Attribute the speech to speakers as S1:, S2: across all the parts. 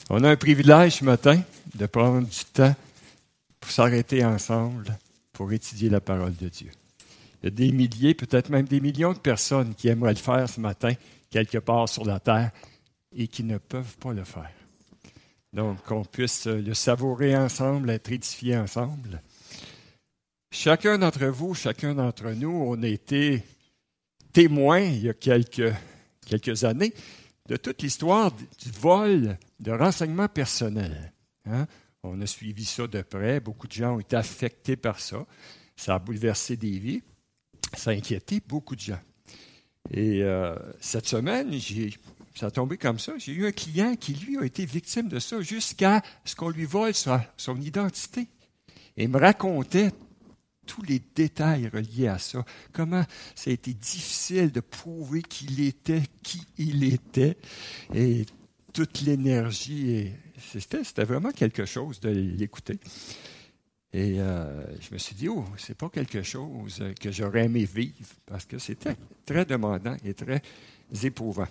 S1: On a un privilège ce matin de prendre du temps pour s'arrêter ensemble pour étudier la parole de Dieu. Il y a des milliers, peut-être même des millions de personnes qui aimeraient le faire ce matin, quelque part sur la terre, et qui ne peuvent pas le faire. Donc, qu'on puisse le savourer ensemble, être édifiés ensemble. Chacun d'entre vous, chacun d'entre nous, on a été témoins, il y a quelques années, de toute l'histoire du vol de renseignements personnels. Hein? On a suivi ça de près. Beaucoup de gens ont été affectés par ça. Ça a bouleversé des vies. Ça a inquiété beaucoup de gens. Et cette semaine, ça a tombé comme ça. J'ai eu un client qui, lui, a été victime de ça jusqu'à ce qu'on lui vole son identité. Et il me racontait tous les détails reliés à ça. Comment ça a été difficile de prouver qu'il était qui il était. Et toute l'énergie. Et c'était vraiment quelque chose de l'écouter. Et je me suis dit, c'est pas quelque chose que j'aurais aimé vivre, parce que c'était très demandant et très éprouvant.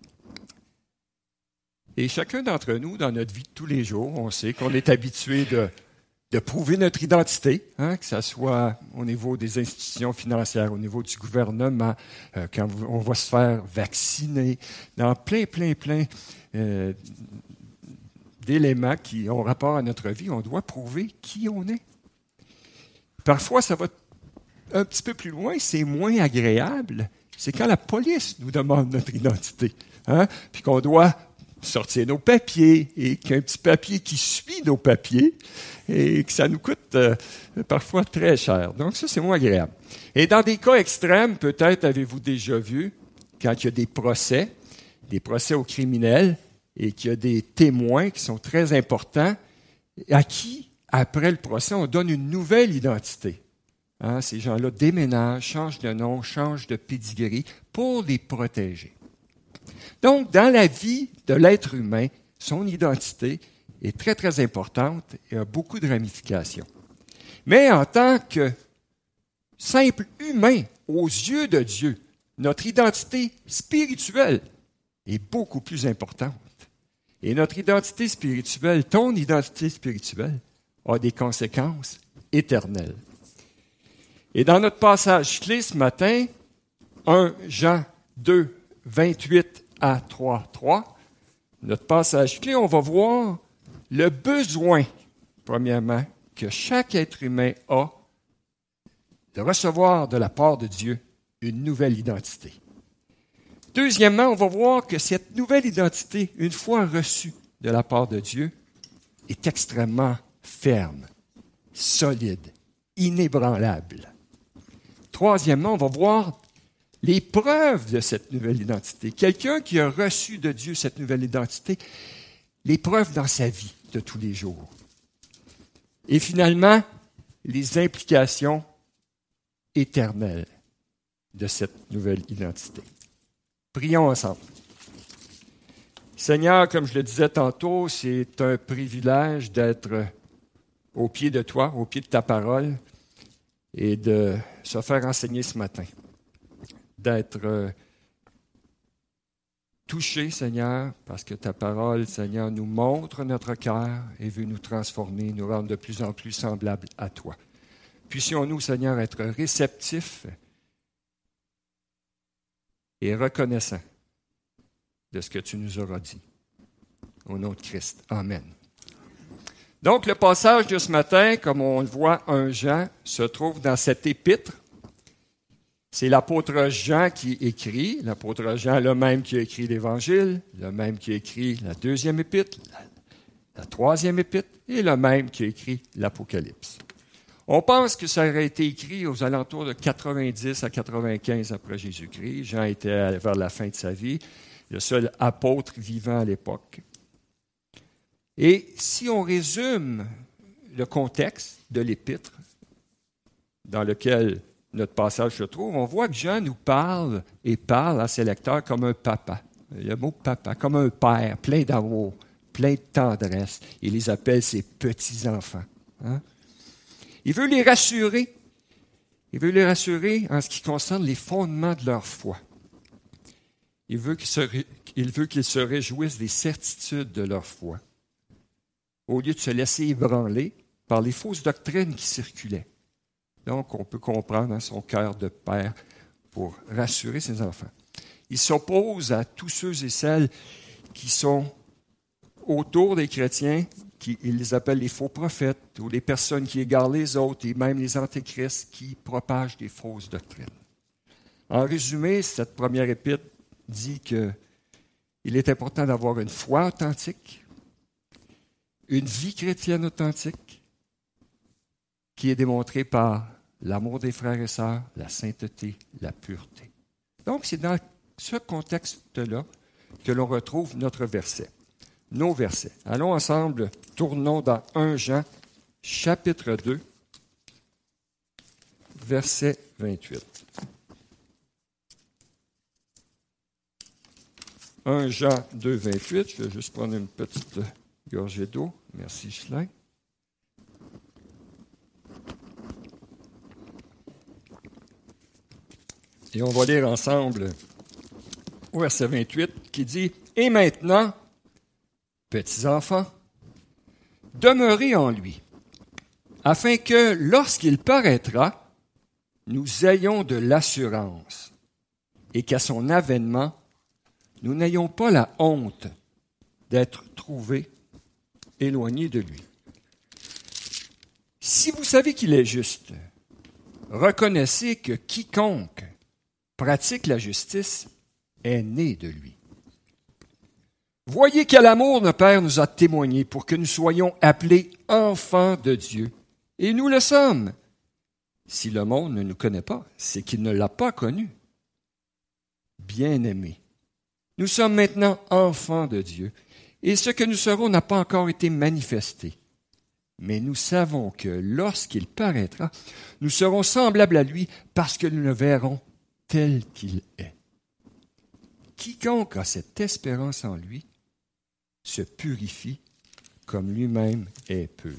S1: Et chacun d'entre nous, dans notre vie de tous les jours, on sait qu'on est habitué de prouver notre identité, que ce soit au niveau des institutions financières, au niveau du gouvernement, quand on va se faire vacciner, dans plein d'éléments qui ont rapport à notre vie, on doit prouver qui on est. Parfois, ça va un petit peu plus loin, c'est moins agréable. C'est quand la police nous demande notre identité, puis qu'on doit sortir nos papiers, et qu'un petit papier qui suit nos papiers, et que ça nous coûte parfois très cher. Donc ça, c'est moins agréable. Et dans des cas extrêmes, peut-être avez-vous déjà vu, quand il y a des procès aux criminels, et qu'il y a des témoins qui sont très importants, à qui, après le procès, on donne une nouvelle identité. Ces gens-là déménagent, changent de nom, changent de pédigree pour les protéger. Donc, dans la vie de l'être humain, son identité est très, très importante et a beaucoup de ramifications. Mais en tant que simple humain, aux yeux de Dieu, notre identité spirituelle est beaucoup plus importante. Et notre identité spirituelle, ton identité spirituelle, a des conséquences éternelles. Et dans notre passage clé ce matin, 1 Jean 2, 28 à 3, notre passage clé, on va voir le besoin, premièrement, que chaque être humain a de recevoir de la part de Dieu une nouvelle identité. Deuxièmement, on va voir que cette nouvelle identité, une fois reçue de la part de Dieu, est extrêmement ferme, solide, inébranlable. Troisièmement, on va voir les preuves de cette nouvelle identité. Quelqu'un qui a reçu de Dieu cette nouvelle identité, les preuves dans sa vie de tous les jours. Et finalement, les implications éternelles de cette nouvelle identité. Prions ensemble. Seigneur, comme je le disais tantôt, c'est un privilège d'être au pied de toi, au pied de ta parole, et de se faire enseigner ce matin. D'être touché, Seigneur, parce que ta parole, Seigneur, nous montre notre cœur et veut nous transformer, nous rendre de plus en plus semblables à toi. Puissions-nous, Seigneur, être réceptifs et reconnaissants de ce que tu nous auras dit. Au nom de Christ. Amen. Donc, le passage de ce matin, comme on le voit, 1 Jean, se trouve dans cette épître. C'est l'apôtre Jean qui écrit, l'apôtre Jean, le même qui a écrit l'Évangile, le même qui a écrit la deuxième épître, la troisième épître, et le même qui a écrit l'Apocalypse. On pense que ça aurait été écrit aux alentours de 90 à 95 après Jésus-Christ. Jean était vers la fin de sa vie, le seul apôtre vivant à l'époque. Et si on résume le contexte de l'épître dans lequel notre passage se trouve, on voit que Jean nous parle à ses lecteurs comme un papa. Le mot papa, comme un père, plein d'amour, plein de tendresse. Il les appelle ses petits-enfants. Il veut les rassurer. Il veut les rassurer en ce qui concerne les fondements de leur foi. Il veut qu'ils se réjouissent des certitudes de leur foi. au lieu de se laisser ébranler par les fausses doctrines qui circulaient. Donc, on peut comprendre son cœur de père pour rassurer ses enfants. Il s'oppose à tous ceux et celles qui sont autour des chrétiens, il les appelle les faux prophètes, ou les personnes qui égarent les autres, et même les antéchrists qui propagent des fausses doctrines. En résumé, cette première épître dit qu'il est important d'avoir une foi authentique, une vie chrétienne authentique, qui est démontrée par l'amour des frères et sœurs, la sainteté, la pureté. Donc, c'est dans ce contexte-là que l'on retrouve notre verset, nos versets. Allons ensemble, tournons dans 1 Jean, chapitre 2, verset 28. 1 Jean 2, 28, je vais juste prendre une petite gorgée d'eau. Merci, Chelin. Et on va lire ensemble au verset 28 qui dit « Et maintenant, petits enfants, demeurez en lui, afin que, lorsqu'il paraîtra, nous ayons de l'assurance et qu'à son avènement, nous n'ayons pas la honte d'être trouvés éloignés de lui. Si vous savez qu'il est juste, reconnaissez que quiconque pratique la justice est né de lui. Voyez quel amour notre Père nous a témoigné pour que nous soyons appelés enfants de Dieu. Et nous le sommes. Si le monde ne nous connaît pas, c'est qu'il ne l'a pas connu. Bien-aimés, nous sommes maintenant enfants de Dieu, et ce que nous serons n'a pas encore été manifesté. Mais nous savons que lorsqu'il paraîtra, nous serons semblables à lui parce que nous le verrons tel qu'il est. Quiconque a cette espérance en lui se purifie comme lui-même est pur.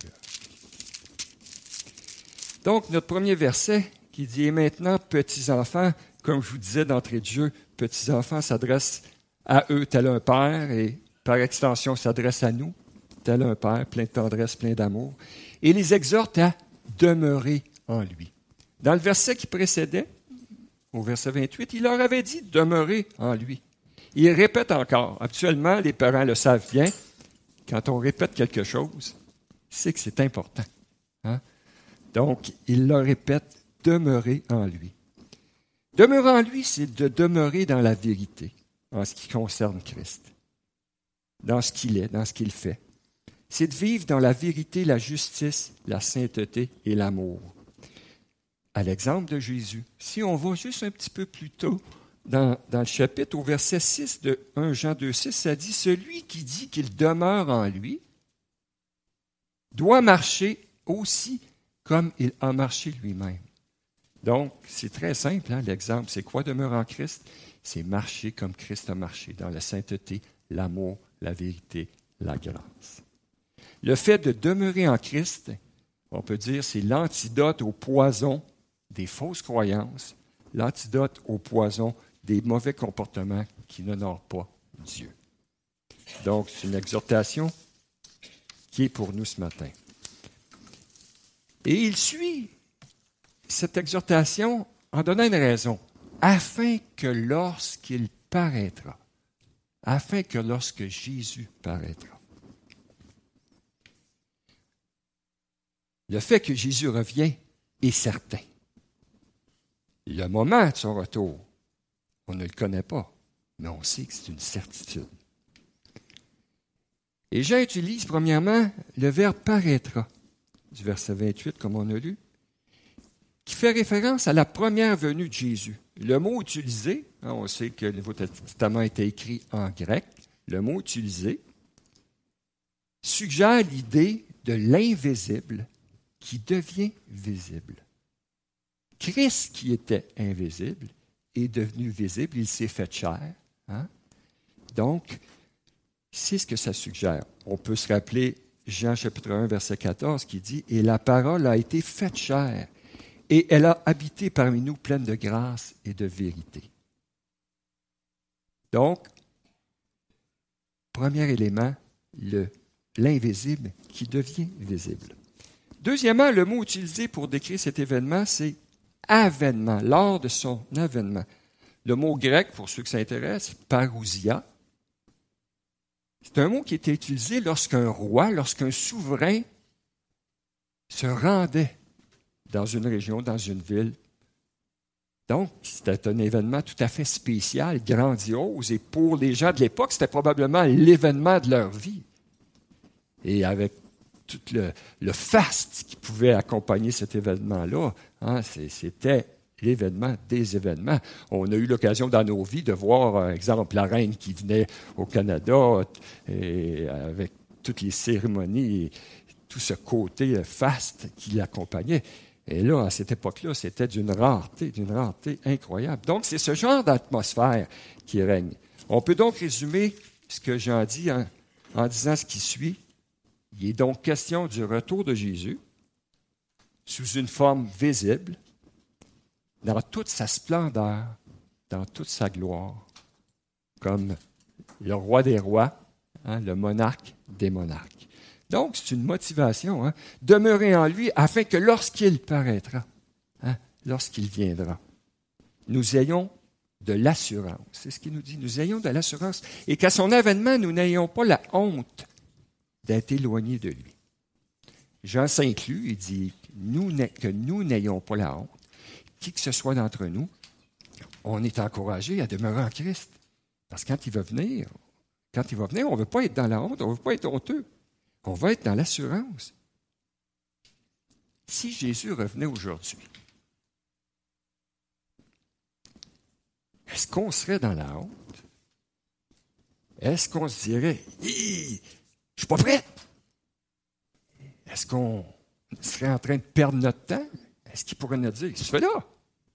S1: Donc, notre premier verset qui dit « Et maintenant, petits enfants », comme je vous disais d'entrée de jeu, petits enfants s'adressent à eux tel un père et par extension s'adresse à nous tel un père, plein de tendresse, plein d'amour, et les exhorte à demeurer en lui. Dans le verset qui précédait, au verset 28, il leur avait dit « demeurer en lui ». Il répète encore. Actuellement, les parents le savent bien. Quand on répète quelque chose, c'est que c'est important. Hein? Donc, il leur répète « demeurer en lui ». Demeurer en lui, c'est de demeurer dans la vérité en ce qui concerne Christ, dans ce qu'il est, dans ce qu'il fait. C'est de vivre dans la vérité, la justice, la sainteté et l'amour. À l'exemple de Jésus, si on va juste un petit peu plus tôt dans le chapitre, au verset 6 de 1 Jean 2, 6, ça dit « Celui qui dit qu'il demeure en lui doit marcher aussi comme il a marché lui-même. » Donc, c'est très simple, hein, l'exemple. C'est quoi demeurer en Christ? C'est marcher comme Christ a marché, dans la sainteté, l'amour, la vérité, la grâce. Le fait de demeurer en Christ, on peut dire, c'est l'antidote au poison des fausses croyances, l'antidote au poison des mauvais comportements qui n'honorent pas Dieu. Donc, c'est une exhortation qui est pour nous ce matin. Et il suit cette exhortation en donnant une raison, afin que lorsqu'il paraîtra, afin que lorsque Jésus paraîtra. Le fait que Jésus revient est certain. Le moment de son retour, on ne le connaît pas, mais on sait que c'est une certitude. Et Jean utilise premièrement le verbe paraîtra, du verset 28, comme on a lu, qui fait référence à la première venue de Jésus. Le mot utilisé, on sait que le Nouveau Testament était écrit en grec, le mot utilisé suggère l'idée de l'invisible qui devient visible. Christ, qui était invisible, est devenu visible, il s'est fait chair. Hein? Donc, c'est ce que ça suggère. On peut se rappeler Jean chapitre 1, verset 14, qui dit « Et la parole a été faite chair, et elle a habité parmi nous pleine de grâce et de vérité. » Donc, premier élément, le l'invisible qui devient visible. Deuxièmement, le mot utilisé pour décrire cet événement, c'est avènement, lors de son avènement. Le mot grec, pour ceux qui s'intéressent, parousia, c'est un mot qui était utilisé lorsqu'un roi, lorsqu'un souverain se rendait dans une région, dans une ville. Donc, c'était un événement tout à fait spécial, grandiose, et pour les gens de l'époque, c'était probablement l'événement de leur vie. Et avec tout le faste qui pouvait accompagner cet événement-là, c'était l'événement des événements. On a eu l'occasion dans nos vies de voir, par exemple, la reine qui venait au Canada, et avec toutes les cérémonies et tout ce côté faste qui l'accompagnait. Et là, à cette époque-là, c'était d'une rareté incroyable. Donc, c'est ce genre d'atmosphère qui règne. On peut donc résumer ce que Jean dit en disant ce qui suit. Il est donc question du retour de Jésus sous une forme visible, dans toute sa splendeur, dans toute sa gloire, comme le roi des rois, le monarque des monarques. Donc, c'est une motivation, demeurer en lui afin que lorsqu'il paraîtra, lorsqu'il viendra, nous ayons de l'assurance. C'est ce qu'il nous dit, nous ayons de l'assurance. Et qu'à son avènement, nous n'ayons pas la honte d'être éloignés de lui. Jean s'inclut, il dit que nous n'ayons pas la honte. Qui que ce soit d'entre nous, on est encouragé à demeurer en Christ. Parce que quand il va venir, on ne veut pas être dans la honte, on ne veut pas être honteux. On va être dans l'assurance. Si Jésus revenait aujourd'hui, est-ce qu'on serait dans la honte? Est-ce qu'on se dirait « Je ne suis pas prêt? » Est-ce qu'on serait en train de perdre notre temps? Est-ce qu'il pourrait nous dire « Je fais là? »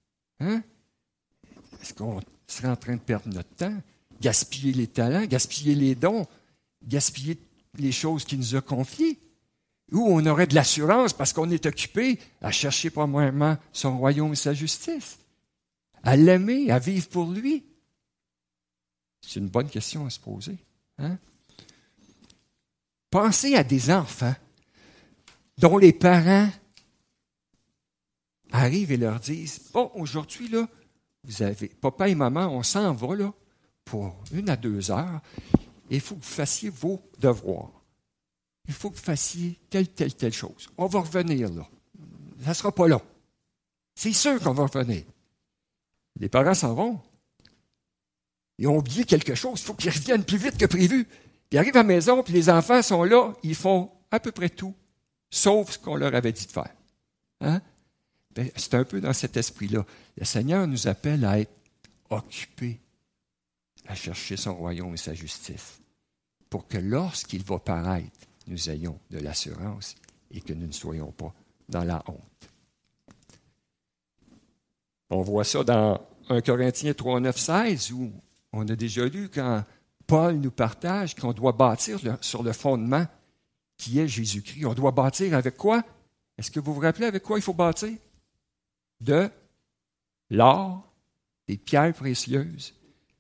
S1: Est-ce qu'on serait en train de perdre notre temps? Gaspiller les talents, gaspiller les dons, gaspiller les choses qu'il nous a confiées? Ou on aurait de l'assurance parce qu'on est occupé à chercher premièrement son royaume et sa justice, à l'aimer, à vivre pour lui? C'est une bonne question à se poser. Pensez à des enfants dont les parents arrivent et leur disent « Bon, aujourd'hui, là, vous avez, papa et maman, on s'en va là, pour 1 à 2 heures, et il faut que vous fassiez vos devoirs. Il faut que vous fassiez telle chose. On va revenir là. Ça ne sera pas long. C'est sûr qu'on va revenir. » Les parents s'en vont. Ils ont oublié quelque chose. Il faut qu'ils reviennent plus vite que prévu. Ils arrivent à la maison, puis les enfants sont là. Ils font à peu près tout, sauf ce qu'on leur avait dit de faire. C'est un peu dans cet esprit-là. Le Seigneur nous appelle à être occupés, à chercher son royaume et sa justice, pour que lorsqu'il va paraître, nous ayons de l'assurance et que nous ne soyons pas dans la honte. On voit ça dans 1 Corinthiens 3, 9, 16, où on a déjà lu quand Paul nous partage qu'on doit bâtir sur le fondement qui est Jésus-Christ. On doit bâtir avec quoi? Est-ce que vous vous rappelez avec quoi il faut bâtir? De l'or, des pierres précieuses.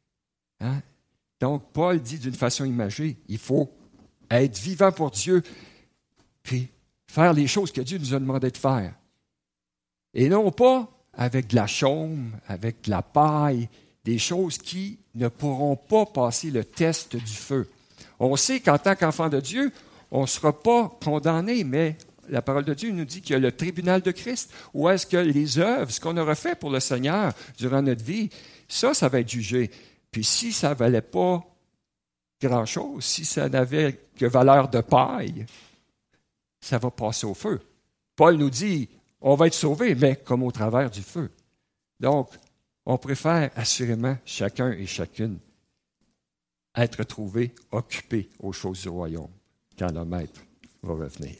S1: Donc, Paul dit d'une façon imagée, il faut être vivant pour Dieu, puis faire les choses que Dieu nous a demandé de faire. Et non pas avec de la chaume, avec de la paille, des choses qui ne pourront pas passer le test du feu. On sait qu'en tant qu'enfant de Dieu, on ne sera pas condamné, mais la parole de Dieu nous dit qu'il y a le tribunal de Christ, où est-ce que les œuvres, ce qu'on aura fait pour le Seigneur durant notre vie, ça va être jugé. Puis si ça ne valait pas grand-chose, si ça n'avait que valeur de paille, ça va passer au feu. Paul nous dit, on va être sauvés, mais comme au travers du feu. Donc, on préfère assurément chacun et chacune être trouvé occupé aux choses du royaume quand le Maître va revenir.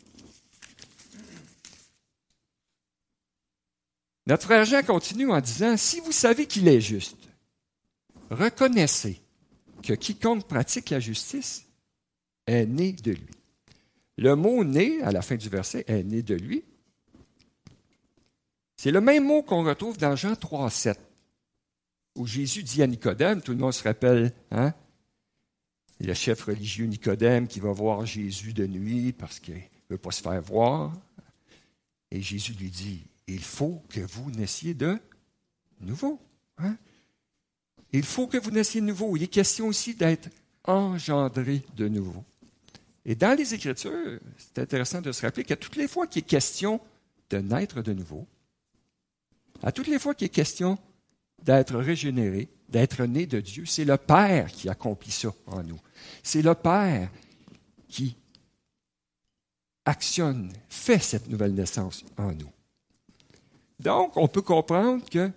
S1: Notre frère Jean continue en disant, « Si vous savez qu'il est juste, reconnaissez que quiconque pratique la justice est né de lui. » Le mot « né », à la fin du verset, est né de lui. C'est le même mot qu'on retrouve dans Jean 3, 7, où Jésus dit à Nicodème, tout le monde se rappelle, le chef religieux Nicodème qui va voir Jésus de nuit parce qu'il ne veut pas se faire voir. Et Jésus lui dit, il faut que vous naissiez de nouveau. Hein? Il faut que vous naissiez de nouveau. Il est question aussi d'être engendré de nouveau. Et dans les Écritures, c'est intéressant de se rappeler qu'à toutes les fois qu'il est question de naître de nouveau, à toutes les fois qu'il est question d'être régénéré, d'être né de Dieu, c'est le Père qui accomplit ça en nous. C'est le Père qui actionne, fait cette nouvelle naissance en nous. Donc, on peut comprendre que,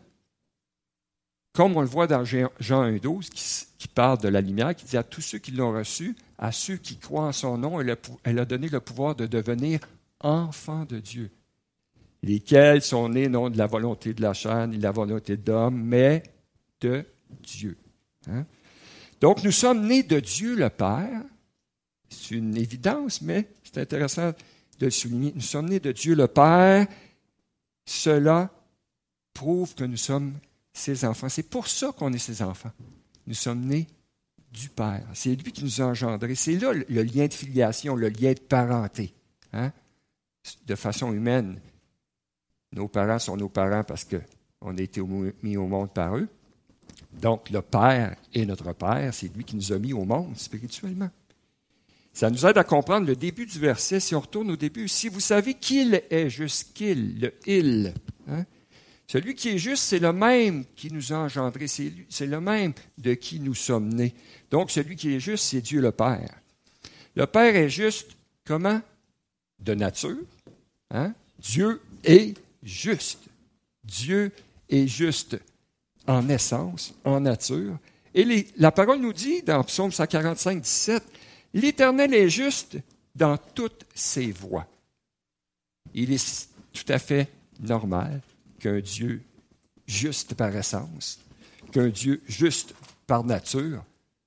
S1: comme on le voit dans Jean 1,12, qui parle de la lumière, qui dit à tous ceux qui l'ont reçu, à ceux qui croient en son nom, elle a donné le pouvoir de devenir enfants de Dieu, lesquels sont nés non de la volonté de la chair, ni de la volonté d'homme, mais de Dieu. Hein? Donc, nous sommes nés de Dieu le Père. C'est une évidence, mais c'est intéressant de le souligner. Nous sommes nés de Dieu le Père. Cela prouve que nous sommes ses enfants. C'est pour ça qu'on est ses enfants. Nous sommes nés du Père. C'est lui qui nous a engendrés. C'est là le lien de filiation, le lien de parenté. Hein? De façon humaine, nos parents sont nos parents parce qu'on a été mis au monde par eux. Donc, le Père est notre Père. C'est lui qui nous a mis au monde spirituellement. Ça nous aide à comprendre le début du verset. Si on retourne au début, si vous savez qu'il est juste, qu'il, le il. Hein? Celui qui est juste, c'est le même qui nous a engendrés. C'est le même de qui nous sommes nés. Donc, celui qui est juste, c'est Dieu le Père. Le Père est juste, comment? De nature. Hein? Dieu est juste. Dieu est juste en essence, en nature. Et la parole nous dit, dans Psaume 145, 17, « L'Éternel est juste dans toutes ses voies. » Il est tout à fait normal qu'un Dieu juste par essence, qu'un Dieu juste par nature,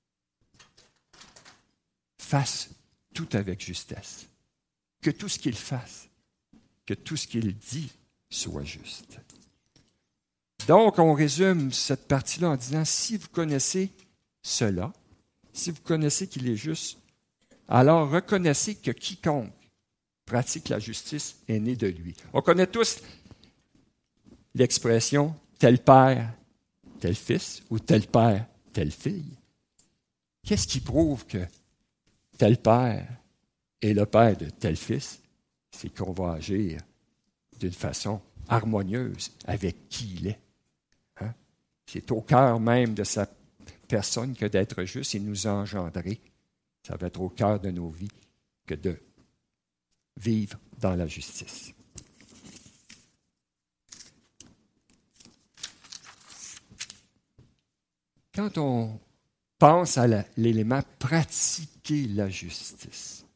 S1: fasse tout avec justesse. Que tout ce qu'il fasse, que tout ce qu'il dit soit juste. Donc, on résume cette partie-là en disant, si vous connaissez cela, si vous connaissez qu'il est juste, alors reconnaissez que quiconque pratique la justice est né de lui. On connaît tous l'expression « tel père, tel fils » ou « tel père, telle fille ». Qu'est-ce qui prouve que tel père est le père de tel fils? C'est qu'on va agir d'une façon harmonieuse avec qui il est. Hein? C'est au cœur même de sa personne que d'être juste et nous engendrer. Ça va être au cœur de nos vies que de vivre dans la justice. Quand on pense à l'élément pratiquer la justice,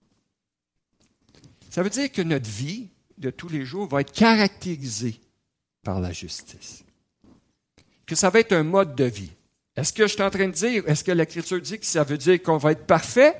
S1: ça veut dire que notre vie de tous les jours va être caractérisée par la justice. Que ça va être un mode de vie. Est-ce que je suis en train de dire, est-ce que l'Écriture dit que ça veut dire qu'on va être parfait?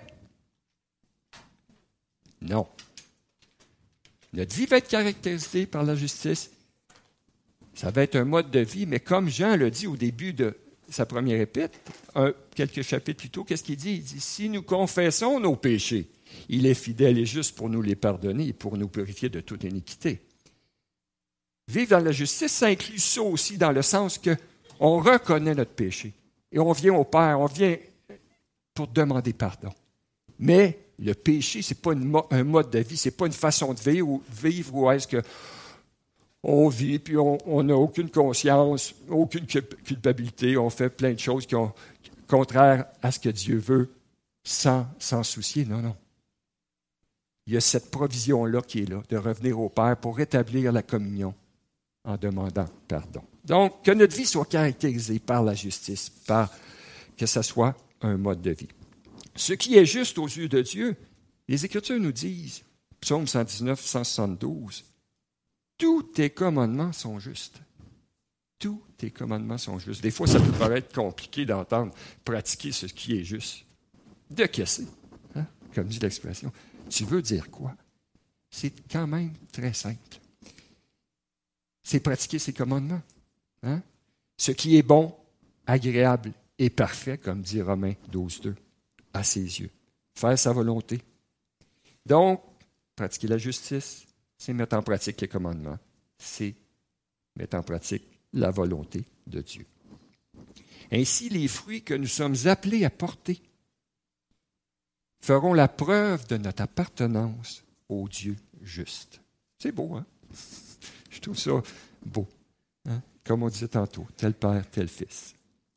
S1: Non. Notre vie va être caractérisée par la justice. Ça va être un mode de vie, mais comme Jean le dit au début de sa première épître, quelques chapitres plus tôt, qu'est-ce qu'il dit? Il dit, si nous confessons nos péchés, il est fidèle et juste pour nous les pardonner et pour nous purifier de toute iniquité. Vivre dans la justice, ça inclut ça aussi dans le sens qu'on reconnaît notre péché. Et on vient au Père, on vient pour demander pardon. Mais le péché, ce n'est pas un mode de vie, ce n'est pas une façon de vivre où est-ce qu'on vit, puis on n'a aucune conscience, aucune culpabilité, on fait plein de choses qui sont contraires à ce que Dieu veut, sans s'en soucier. Non, non. Il y a cette provision-là qui est là, de revenir au Père pour rétablir la communion en demandant pardon. Donc, que notre vie soit caractérisée par la justice, que ce soit un mode de vie. Ce qui est juste aux yeux de Dieu, les Écritures nous disent, Psaume 119, 172, tous tes commandements sont justes. Tous tes commandements sont justes. Des fois, ça peut paraître compliqué d'entendre pratiquer ce qui est juste. De qu'est-ce que c'est? Hein? Comme dit l'expression. Tu veux dire quoi? C'est quand même très simple. C'est pratiquer ses commandements. Hein? Ce qui est bon, agréable et parfait, comme dit Romains 12, 2. à ses yeux. Faire sa volonté. Donc, pratiquer la justice, c'est mettre en pratique les commandements. C'est mettre en pratique la volonté de Dieu. Ainsi, les fruits que nous sommes appelés à porter feront la preuve de notre appartenance au Dieu juste. C'est beau, hein? Je trouve ça beau. Hein? Comme on disait tantôt, tel père, tel fils.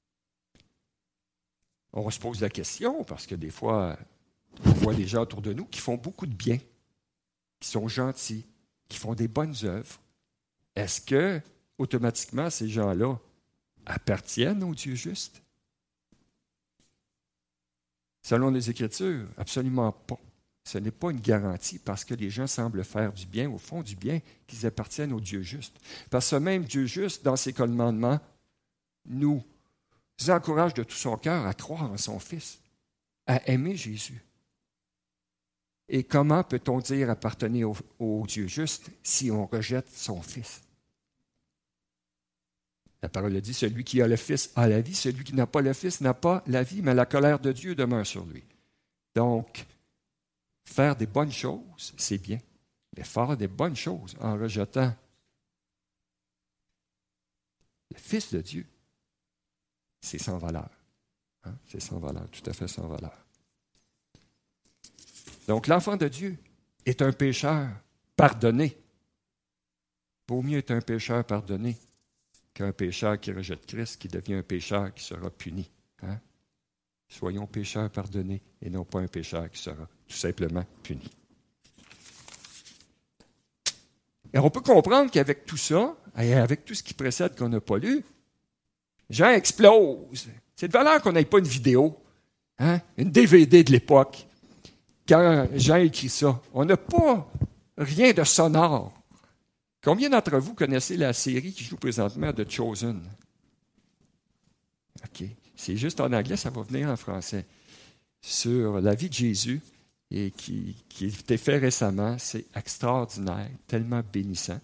S1: On se pose la question, parce que des fois, on voit des gens autour de nous qui font beaucoup de bien, qui sont gentils, qui font des bonnes œuvres. Est-ce que, automatiquement, ces gens-là appartiennent au Dieu juste? Selon les Écritures, absolument pas. Ce n'est pas une garantie parce que les gens semblent faire du bien, au fond du bien, qu'ils appartiennent au Dieu juste. Parce que même Dieu juste, dans ses commandements, nous encourage de tout son cœur à croire en son Fils, à aimer Jésus. Et comment peut-on dire appartenir au Dieu juste si on rejette son Fils? La parole dit, celui qui a le Fils a la vie, celui qui n'a pas le Fils n'a pas la vie, mais la colère de Dieu demeure sur lui. Donc, faire des bonnes choses, c'est bien, mais faire des bonnes choses en rejetant le Fils de Dieu, c'est sans valeur. Hein? C'est sans valeur, tout à fait sans valeur. Donc, l'enfant de Dieu est un pécheur pardonné. Vaut mieux être un pécheur pardonné qu'un pécheur qui rejette Christ, qui devient un pécheur qui sera puni. Hein? Soyons pécheurs pardonnés et non pas un pécheur qui sera tout simplement puni. Et on peut comprendre qu'avec tout ça, et avec tout ce qui précède qu'on n'a pas lu, Jean explose. C'est de valeur qu'on n'ait pas une vidéo, hein? Une DVD de l'époque, quand Jean écrit ça. On n'a pas rien de sonore. Combien d'entre vous connaissez la série qui joue présentement The Chosen? OK. C'est juste en anglais, ça va venir en français. Sur la vie de Jésus, et qui a été fait récemment. C'est extraordinaire, tellement bénissant.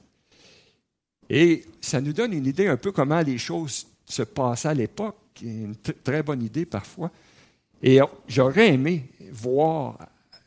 S1: Et ça nous donne une idée un peu comment les choses se passaient à l'époque, une très bonne idée parfois. Et j'aurais aimé voir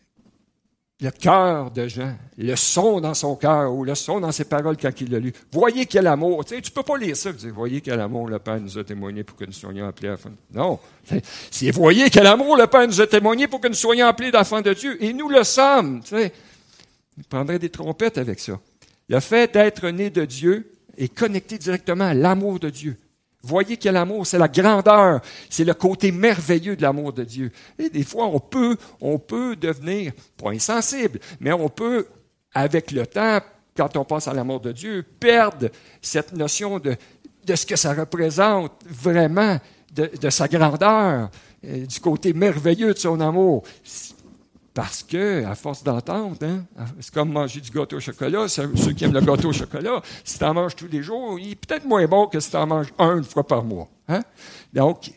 S1: le cœur de Jean, le son dans son cœur ou le son dans ses paroles quand il l'a lu. Voyez quel amour. Tu sais, tu peux pas lire ça et dire, voyez quel amour le Père nous a témoigné pour que nous soyons appelés enfants. Non. C'est voyez quel amour le Père nous a témoigné pour que nous soyons appelés d'enfants de Dieu. Et nous le sommes. Tu sais, je prendrais des trompettes avec ça. Le fait d'être né de Dieu est connecté directement à l'amour de Dieu. Voyez quel amour, c'est la grandeur, c'est le côté merveilleux de l'amour de Dieu. Et des fois, on peut devenir, pas insensible, mais on peut, avec le temps, quand on pense à l'amour de Dieu, perdre cette notion de ce que ça représente vraiment, de sa grandeur, du côté merveilleux de son amour. Parce que, à force d'entendre, hein, c'est comme manger du gâteau au chocolat. Ceux qui aiment le gâteau au chocolat, si tu en manges tous les jours, il est peut-être moins bon que si tu en manges une fois par mois. Hein? Donc,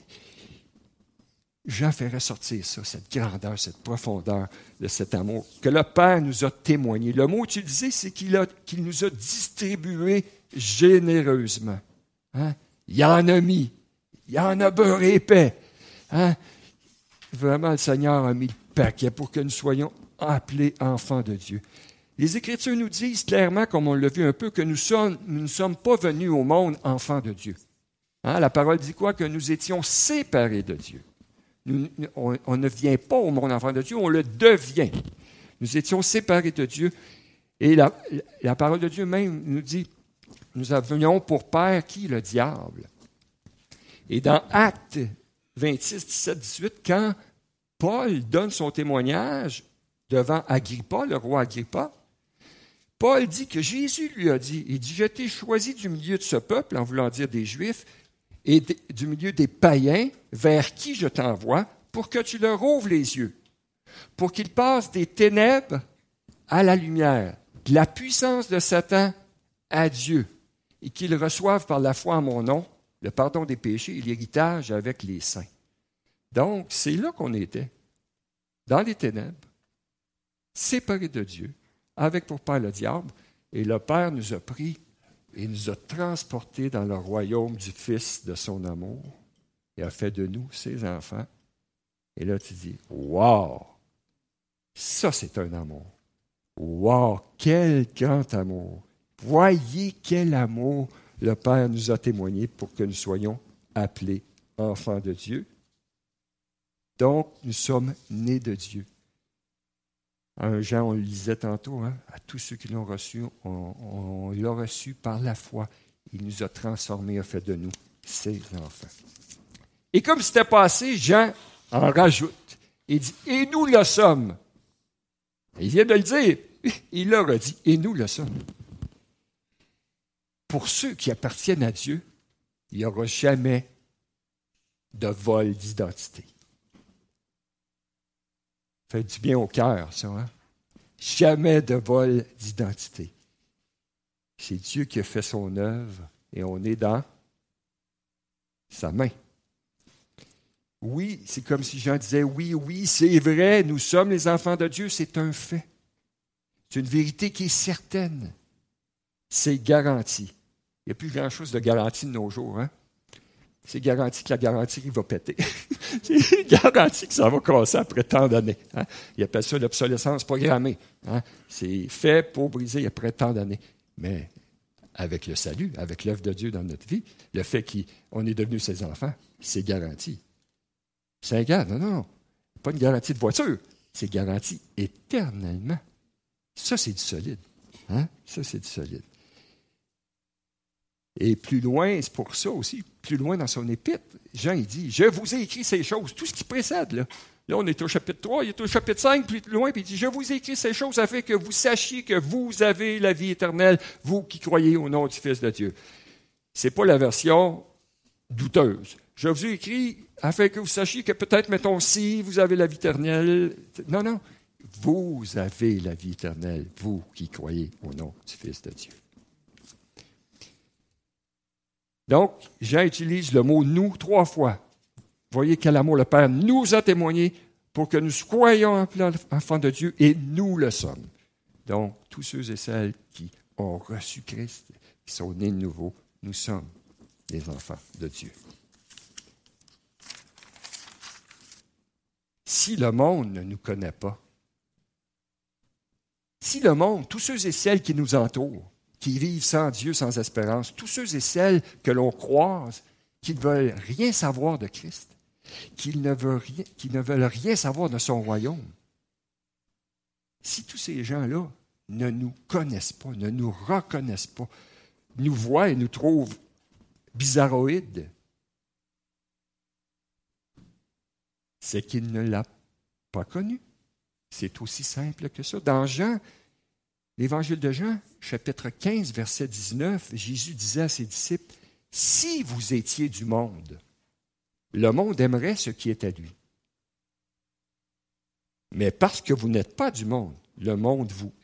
S1: Jean fait ressortir ça, cette grandeur, cette profondeur de cet amour que le Père nous a témoigné. Le mot utilisé, c'est qu'il nous a distribué généreusement. Hein? Il en a mis. Il en a beurré épais. Hein? Vraiment, le Seigneur a mis le paquet pour que nous soyons appelés enfants de Dieu. Les Écritures nous disent clairement, comme on l'a vu un peu, que nous ne sommes pas venus au monde enfants de Dieu. Hein? La parole dit quoi? Que nous étions séparés de Dieu. On ne vient pas au monde enfant de Dieu, on le devient. Nous étions séparés de Dieu. Et la parole de Dieu même nous dit, nous avions pour père qui? Le diable. Et dans Actes 26, 17, 18, quand Paul donne son témoignage devant Agrippa, le roi Agrippa, Paul dit que Jésus lui a dit, il dit, je t'ai choisi du milieu de ce peuple, en voulant dire des Juifs, et du milieu des païens, vers qui je t'envoie, pour que tu leur ouvres les yeux, pour qu'ils passent des ténèbres à la lumière, de la puissance de Satan à Dieu, et qu'ils reçoivent par la foi en mon nom le pardon des péchés et l'héritage avec les saints. Donc, c'est là qu'on était, dans les ténèbres, séparés de Dieu, avec pour père le diable, et le Père nous a pris et nous a transportés dans le royaume du Fils de son amour, et a fait de nous ses enfants, Et là, tu dis, wow, ça c'est un amour. Wow, quel grand amour. Voyez quel amour le Père nous a témoigné pour que nous soyons appelés enfants de Dieu. Donc, nous sommes nés de Dieu. En Jean, on le lisait tantôt, hein, à tous ceux qui l'ont reçu, on l'a reçu par la foi. Il nous a transformés, a fait de nous ses enfants. Et comme c'était pas assez, Jean en rajoute. Il dit, et nous le sommes. Il vient de le dire. Il leur a dit, et nous le sommes. Pour ceux qui appartiennent à Dieu, il n'y aura jamais de vol d'identité. Ça fait du bien au cœur, ça. Hein? Jamais de vol d'identité. C'est Dieu qui a fait son œuvre et on est dans sa main. Oui, c'est comme si Jean disait, oui, c'est vrai, nous sommes les enfants de Dieu, c'est un fait. C'est une vérité qui est certaine. C'est garanti. Il n'y a plus grand-chose de garanti de nos jours. Hein? C'est garanti que la garantie va péter. C'est garanti que ça va casser après tant d'années. Hein? Ils appellent ça l'obsolescence programmée. Hein? C'est fait pour briser après tant d'années. Mais avec le salut, avec l'œuvre de Dieu dans notre vie, le fait qu'on est devenu ses enfants, c'est garanti. 5 ans, non. Pas une garantie de voiture. C'est garanti éternellement. Ça, c'est du solide. Hein? Ça, c'est du solide. Et plus loin, c'est pour ça aussi, plus loin dans son épître, Jean, il dit, « Je vous ai écrit ces choses », tout ce qui précède, là. Là, on est au chapitre 3, il est au chapitre 5, plus loin, puis il dit, « Je vous ai écrit ces choses afin que vous sachiez que vous avez la vie éternelle, vous qui croyez au nom du Fils de Dieu. » C'est pas la version douteuse. « Je vous ai écrit afin que vous sachiez que peut-être, mettons, si vous avez la vie éternelle. » Non. Vous avez la vie éternelle, vous qui croyez au nom du Fils de Dieu. Donc, Jean utilise le mot « nous » 3 fois. Voyez quel amour le Père nous a témoigné pour que nous soyons enfants de Dieu et nous le sommes. Donc, tous ceux et celles qui ont reçu Christ, qui sont nés de nouveau, nous sommes des enfants de Dieu. Si le monde ne nous connaît pas, si le monde, tous ceux et celles qui nous entourent, qui vivent sans Dieu, sans espérance, tous ceux et celles que l'on croise, qui ne veulent rien savoir de Christ, qui ne veulent rien savoir de son royaume, si tous ces gens-là ne nous connaissent pas, ne nous reconnaissent pas, nous voient et nous trouvent bizarroïdes, c'est qu'il ne l'a pas connu. C'est aussi simple que ça. Dans Jean, l'Évangile de Jean, chapitre 15, verset 19, Jésus disait à ses disciples, « Si vous étiez du monde, le monde aimerait ce qui est à lui. Mais parce que vous n'êtes pas du monde, le monde vous hait. »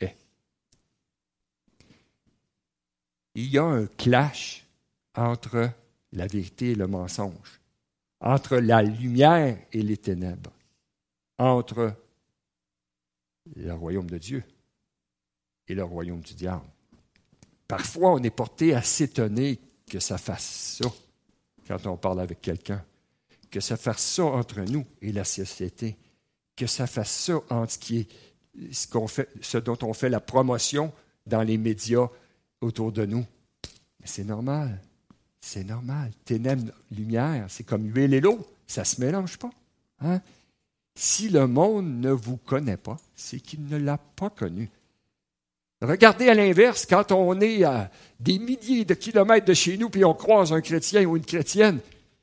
S1: Il y a un clash entre la vérité et le mensonge, entre la lumière et les ténèbres, entre le royaume de Dieu et le royaume du diable. Parfois, on est porté à s'étonner que ça fasse ça quand on parle avec quelqu'un, que ça fasse ça entre nous et la société, que ça fasse ça entre ce dont on fait la promotion dans les médias autour de nous. Mais c'est normal. C'est normal. Ténèbres, lumière, c'est comme l'huile et l'eau. Ça ne se mélange pas. Hein? Si le monde ne vous connaît pas, c'est qu'il ne l'a pas connu. Regardez à l'inverse, quand on est à des milliers de kilomètres de chez nous puis on croise un chrétien ou une chrétienne,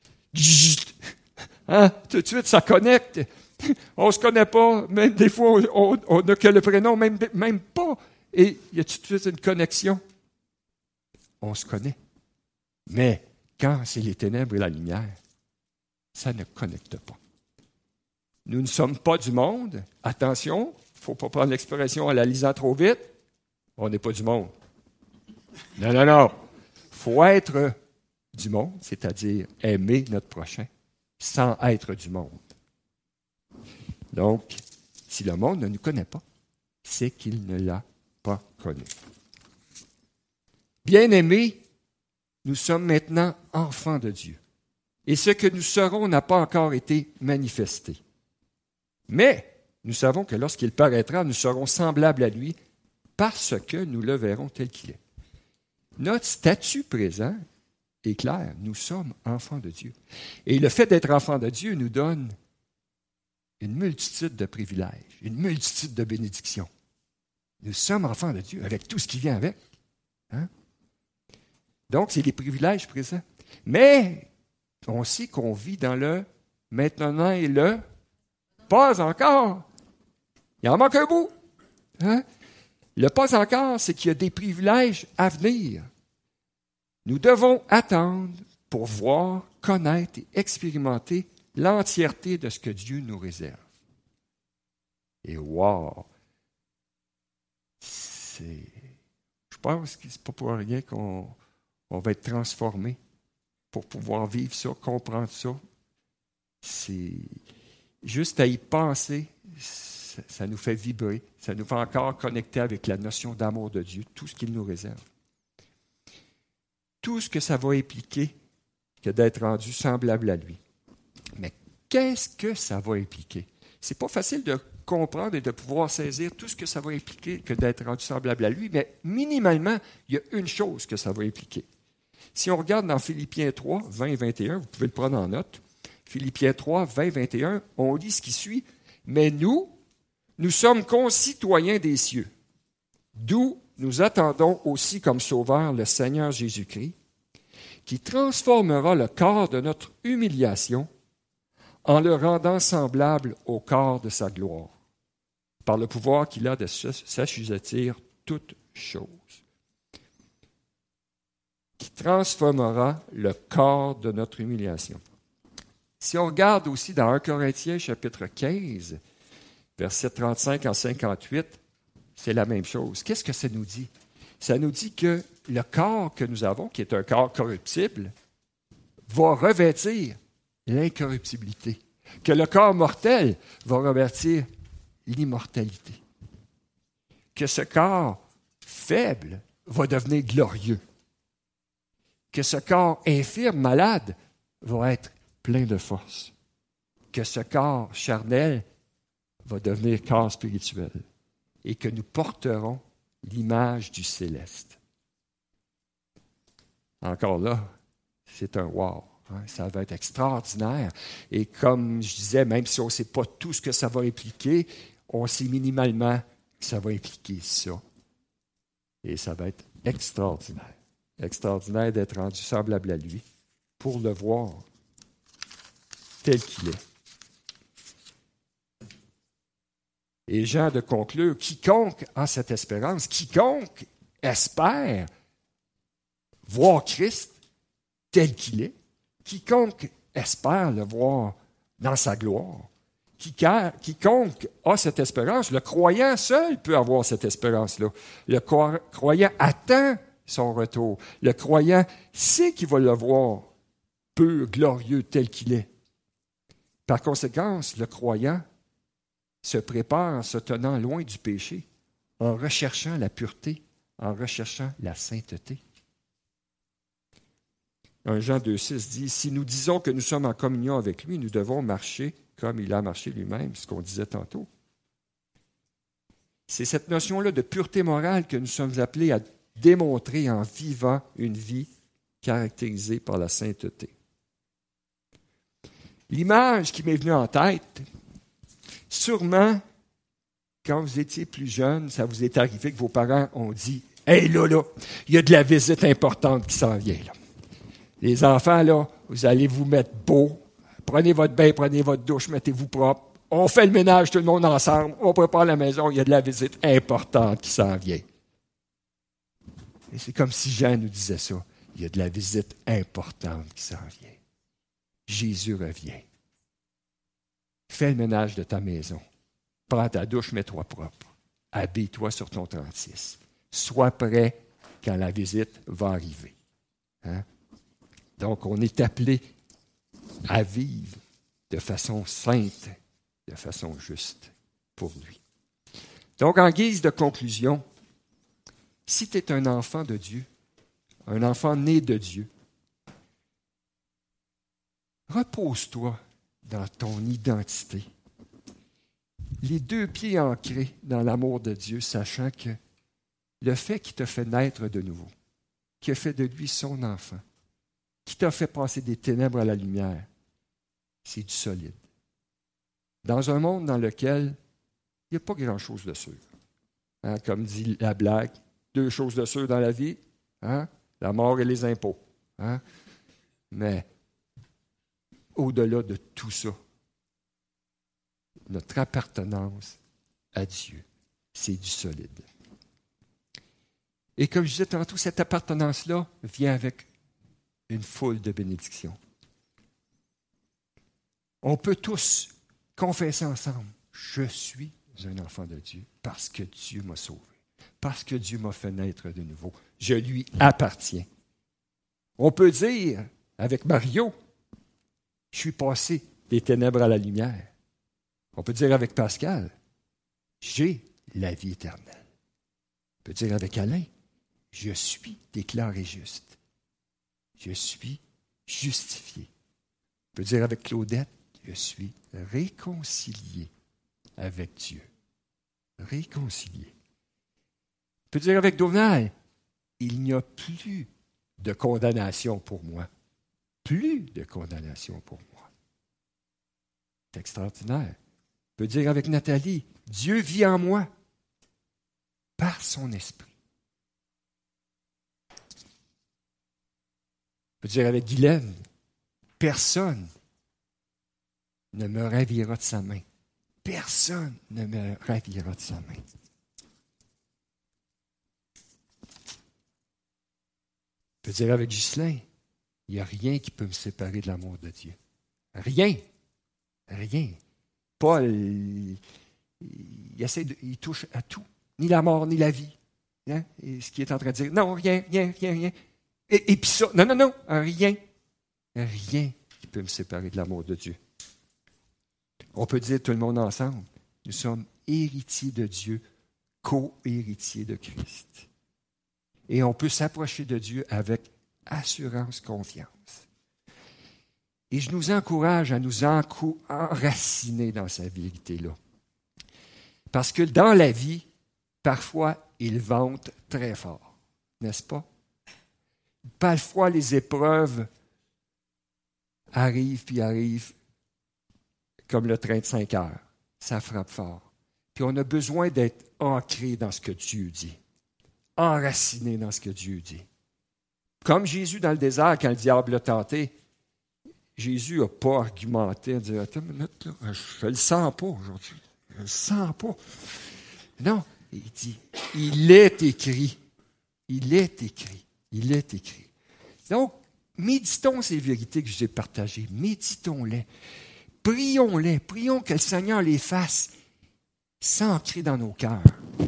S1: hein, tout de suite, ça connecte. On ne se connaît pas, même des fois, on n'a que le prénom, même pas. Et il y a tout de suite une connexion. On se connaît. Mais quand c'est les ténèbres et la lumière, ça ne connecte pas. Nous ne sommes pas du monde. Attention, il ne faut pas prendre l'expression en la lisant trop vite. On n'est pas du monde. Non. Il faut être du monde, c'est-à-dire aimer notre prochain, sans être du monde. Donc, si le monde ne nous connaît pas, c'est qu'il ne l'a pas connu. Bien-aimés, nous sommes maintenant enfants de Dieu. Et ce que nous serons n'a pas encore été manifesté. Mais nous savons que lorsqu'il paraîtra, nous serons semblables à lui parce que nous le verrons tel qu'il est. Notre statut présent est clair. Nous sommes enfants de Dieu. Et le fait d'être enfants de Dieu nous donne une multitude de privilèges, une multitude de bénédictions. Nous sommes enfants de Dieu avec tout ce qui vient avec. Hein? Donc, c'est les privilèges présents. Mais on sait qu'on vit dans le maintenant et le pas encore. Il en manque un bout. Hein? Le pas encore, c'est qu'il y a des privilèges à venir. Nous devons attendre pour voir, connaître et expérimenter l'entièreté de ce que Dieu nous réserve. Et wow! Je pense que ce n'est pas pour rien qu'on va être transformé pour pouvoir vivre ça, comprendre ça. C'est juste à y penser, ça nous fait vibrer, ça nous fait encore connecter avec la notion d'amour de Dieu, tout ce qu'il nous réserve. Tout ce que ça va impliquer que d'être rendu semblable à lui. Mais qu'est-ce que ça va impliquer? C'est pas facile de comprendre et de pouvoir saisir tout ce que ça va impliquer que d'être rendu semblable à lui, mais minimalement, il y a une chose que ça va impliquer. Si on regarde dans Philippiens 3, 20 et 21, vous pouvez le prendre en note, Philippiens 3, 20 et 21, on lit ce qui suit, « Mais nous sommes concitoyens des cieux, d'où nous attendons aussi comme sauveur le Seigneur Jésus-Christ, qui transformera le corps de notre humiliation en le rendant semblable au corps de sa gloire, par le pouvoir qu'il a de s'assujettir toutes choses. » Qui transformera le corps de notre humiliation. Si on regarde aussi dans 1 Corinthiens chapitre 15, versets 35 en 58, c'est la même chose. Qu'est-ce que ça nous dit? Ça nous dit que le corps que nous avons, qui est un corps corruptible, va revêtir l'incorruptibilité. Que le corps mortel va revêtir l'immortalité. Que ce corps faible va devenir glorieux. Que ce corps infirme, malade, va être plein de force. Que ce corps charnel va devenir corps spirituel. Et que nous porterons l'image du céleste. Encore là, c'est un wow. Hein, ça va être extraordinaire. Et comme je disais, même si on ne sait pas tout ce que ça va impliquer, on sait minimalement que ça va impliquer ça. Et ça va être extraordinaire. Extraordinaire d'être rendu semblable à lui pour le voir tel qu'il est. Et Jean de conclure, quiconque a cette espérance, quiconque espère voir Christ tel qu'il est, quiconque espère le voir dans sa gloire, quiconque a cette espérance, le croyant seul peut avoir cette espérance-là. Le croyant attend son retour. Le croyant sait qu'il va le voir pur, glorieux, tel qu'il est. Par conséquent, le croyant se prépare en se tenant loin du péché, en recherchant la pureté, en recherchant la sainteté. 1 Jean 2,6 dit, « Si nous disons que nous sommes en communion avec lui, nous devons marcher comme il a marché lui-même », ce qu'on disait tantôt. C'est cette notion-là de pureté morale que nous sommes appelés à démontrer en vivant une vie caractérisée par la sainteté. L'image qui m'est venue en tête, sûrement, quand vous étiez plus jeune, ça vous est arrivé que vos parents ont dit « Hey, là, il y a de la visite importante qui s'en vient, là. Les enfants, là, vous allez vous mettre beau, prenez votre bain, prenez votre douche, mettez-vous propre, on fait le ménage tout le monde ensemble, on prépare la maison, il y a de la visite importante qui s'en vient. » Et c'est comme si Jean nous disait ça. Il y a de la visite importante qui s'en vient. Jésus revient. Fais le ménage de ta maison. Prends ta douche, mets-toi propre. Habille-toi sur ton 36. Sois prêt quand la visite va arriver. Hein? Donc, on est appelé à vivre de façon sainte, de façon juste pour lui. Donc, en guise de conclusion, si tu es un enfant de Dieu, un enfant né de Dieu, repose-toi dans ton identité les deux pieds ancrés dans l'amour de Dieu, sachant que le fait qu'il t'a fait naître de nouveau, qui a fait de lui son enfant, qui t'a fait passer des ténèbres à la lumière, c'est du solide. Dans un monde dans lequel il n'y a pas grand-chose de sûr. Hein, comme dit la blague, 2 choses de sûr dans la vie, hein, la mort et les impôts. Hein. Mais au-delà de tout ça, notre appartenance à Dieu, c'est du solide. Et comme je disais tantôt, cette appartenance-là vient avec une foule de bénédictions. On peut tous confesser ensemble, je suis un enfant de Dieu parce que Dieu m'a sauvé, parce que Dieu m'a fait naître de nouveau. Je lui appartiens. On peut dire, avec Mario, je suis passé des ténèbres à la lumière. On peut dire avec Pascal, j'ai la vie éternelle. On peut dire avec Alain, je suis déclaré juste. Je suis justifié. On peut dire avec Claudette, je suis réconcilié avec Dieu. Réconcilié. On peut dire avec Donald, il n'y a plus de condamnation pour moi. Plus de condamnation pour moi. C'est extraordinaire. On peut dire avec Nathalie, Dieu vit en moi par son esprit. On peut dire avec Guylaine, personne ne me ravira de sa main. Personne ne me ravira de sa main. On peut dire avec Ghislain, il n'y a rien qui peut me séparer de l'amour de Dieu. Rien. Rien. Paul, il touche à tout. Ni la mort, ni la vie. Hein? Et ce qu'il est en train de dire, non, rien. Et puis ça, non, rien. Rien qui peut me séparer de l'amour de Dieu. On peut dire tout le monde ensemble, nous sommes héritiers de Dieu, co-héritiers de Christ. Et on peut s'approcher de Dieu avec assurance, confiance. Et je nous encourage à nous enraciner dans sa vérité-là. Parce que dans la vie, parfois, il vente très fort, n'est-ce pas? Parfois, les épreuves arrivent comme le train de 5 heures. Ça frappe fort. Puis on a besoin d'être ancré dans ce que Dieu dit. Enraciné dans ce que Dieu dit. Comme Jésus dans le désert, quand le diable l'a tenté, Jésus n'a pas argumenté, a dit, attends une minute, là, je ne le sens pas aujourd'hui. Je ne le sens pas. Non, il dit, il est écrit. Il est écrit. Il est écrit. Donc, méditons ces vérités que je vous ai partagées. Méditons-les. Prions-les. Prions que le Seigneur les fasse s'ancrer dans nos cœurs.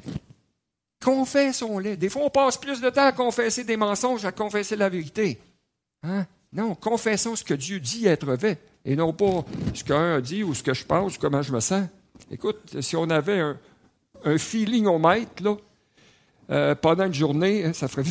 S1: Confessons-les. Des fois, on passe plus de temps à confesser des mensonges qu'à confesser la vérité. Hein? Non, confessons ce que Dieu dit être vrai, et non pas ce qu'un a dit ou ce que je pense ou comment je me sens. Écoute, si on avait un feeling au mètre, là, pendant une journée, ça ferait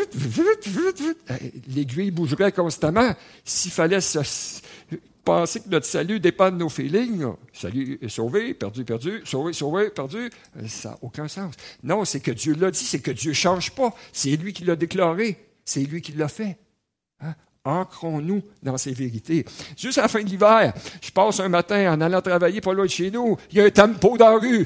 S1: vite. L'aiguille bougerait constamment. S'il fallait penser que notre salut dépend de nos feelings, là, salut est sauvé, perdu, sauvé, perdu, ça n'a aucun sens. Non, c'est que Dieu l'a dit, c'est que Dieu ne change pas. C'est lui qui l'a déclaré, c'est lui qui l'a fait. Hein? Ancrons-nous dans ces vérités. Juste à la fin de l'hiver, je passe un matin en allant travailler pas loin de chez nous, il y a un tempo dans la rue.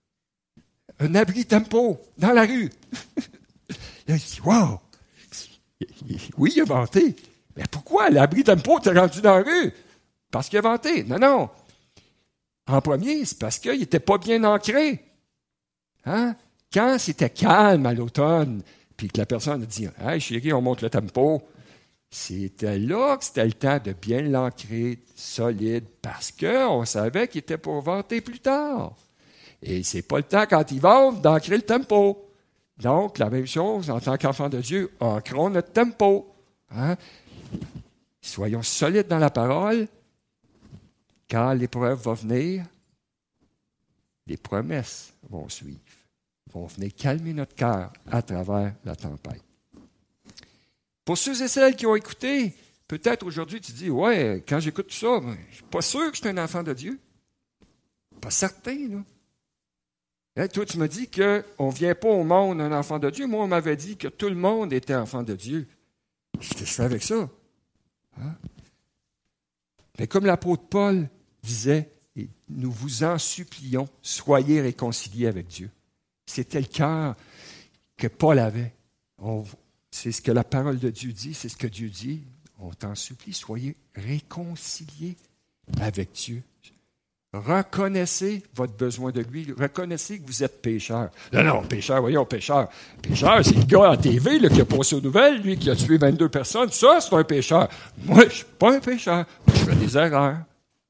S1: Un abri tempo dans la rue. Là, je dis, wow! Oui, il a vanté. Mais pourquoi l'abri tempo t'es rendu dans la rue? Parce qu'il a vanté. Non. En premier, c'est parce qu'il n'était pas bien ancré. Hein? Quand c'était calme à l'automne, puis que la personne a dit, hey chérie, on monte le tempo, c'était là que c'était le temps de bien l'ancrer solide, parce qu'on savait qu'il était pour vanter plus tard. Et c'est pas le temps, quand il vante, d'ancrer le tempo. Donc, la même chose, en tant qu'enfant de Dieu, ancrons notre tempo. Hein? Soyons solides dans la parole. Quand l'épreuve va venir, les promesses vont suivre, vont venir calmer notre cœur à travers la tempête. Pour ceux et celles qui ont écouté, peut-être aujourd'hui tu dis, ouais, quand j'écoute tout ça, je ne suis pas sûr que je suis un enfant de Dieu. Pas certain, là. Hein, toi, tu m'as dit qu'on ne vient pas au monde un enfant de Dieu. Moi, on m'avait dit que tout le monde était enfant de Dieu. Qu'est-ce que je fais avec ça? Hein? Mais comme l'apôtre Paul disait, et nous vous en supplions, soyez réconciliés avec Dieu. C'était le cœur que Paul avait. C'est ce que la parole de Dieu dit, c'est ce que Dieu dit. On t'en supplie, soyez réconciliés avec Dieu. Reconnaissez votre besoin de lui. Reconnaissez que vous êtes pécheur. Non, pécheur, voyons, pécheur. Pécheur, c'est le gars à TV là, qui a passé aux nouvelles, lui, qui a tué 22 personnes. Ça, c'est un pécheur. Moi, je ne suis pas un pécheur. Je fais des erreurs.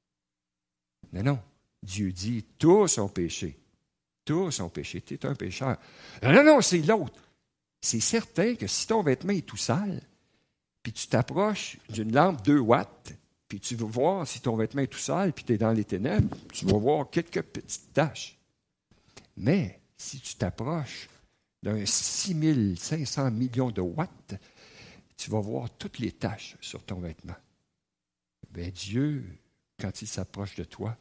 S1: Non. Dieu dit, tous ont péché. Tous ont péché. Tu es un pécheur. Non, c'est l'autre. C'est certain que si ton vêtement est tout sale, puis tu t'approches d'une lampe 2 watts, puis tu vas voir si ton vêtement est tout sale, puis tu es dans les ténèbres, tu vas voir quelques petites taches. Mais si tu t'approches d'un 6500 millions de watts, tu vas voir toutes les taches sur ton vêtement. Bien, Dieu, quand il s'approche de toi,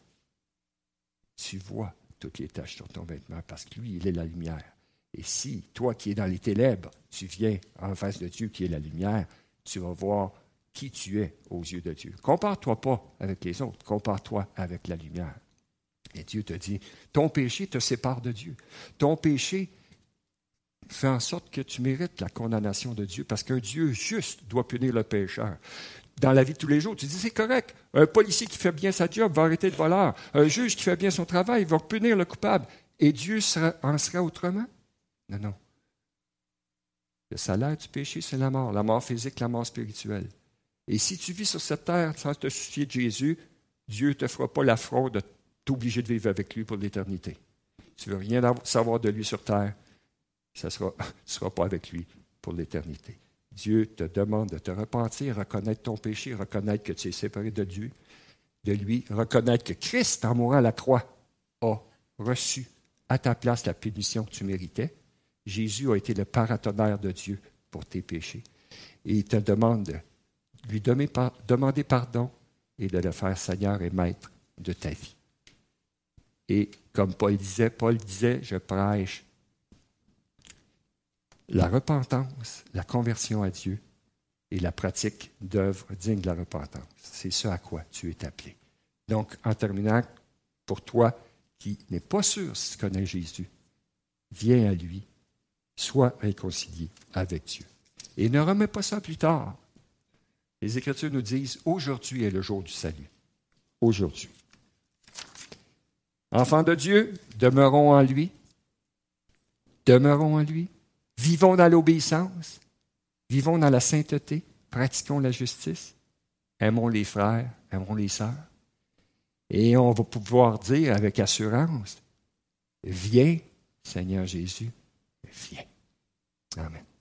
S1: tu vois toutes les taches sur ton vêtement, parce que lui, il est la lumière. Et si, toi qui es dans les ténèbres, tu viens en face de Dieu qui est la lumière, tu vas voir qui tu es aux yeux de Dieu. Compare-toi pas avec les autres, compare-toi avec la lumière. Et Dieu te dit, ton péché te sépare de Dieu. Ton péché fait en sorte que tu mérites la condamnation de Dieu, parce qu'un Dieu juste doit punir le pécheur. Dans la vie de tous les jours, tu dis, c'est correct. Un policier qui fait bien sa job va arrêter le voleur. Un juge qui fait bien son travail va punir le coupable. Et Dieu en sera autrement? Non. Le salaire du péché, c'est la mort physique, la mort spirituelle. Et si tu vis sur cette terre sans te soucier de Jésus, Dieu ne te fera pas l'affront de t'obliger de vivre avec lui pour l'éternité. Tu ne veux rien savoir de lui sur terre, tu ne seras pas avec lui pour l'éternité. Dieu te demande de te repentir, reconnaître ton péché, reconnaître que tu es séparé de Dieu, de lui, reconnaître que Christ, en mourant à la croix, a reçu à ta place la punition que tu méritais. Jésus a été le paratonnerre de Dieu pour tes péchés. Et il te demande de lui demander pardon et de le faire Seigneur et Maître de ta vie. Et comme Paul disait, je prêche la repentance, la conversion à Dieu et la pratique d'œuvres dignes de la repentance. C'est ce à quoi tu es appelé. Donc, en terminant, pour toi qui n'es pas sûr si tu connais Jésus, viens à lui, sois réconcilié avec Dieu. Et ne remets pas ça plus tard. Les Écritures nous disent, aujourd'hui est le jour du salut. Aujourd'hui. Enfants de Dieu, demeurons en lui. Demeurons en lui. Vivons dans l'obéissance. Vivons dans la sainteté. Pratiquons la justice. Aimons les frères, aimons les sœurs. Et on va pouvoir dire avec assurance, viens, Seigneur Jésus, viens. Amen.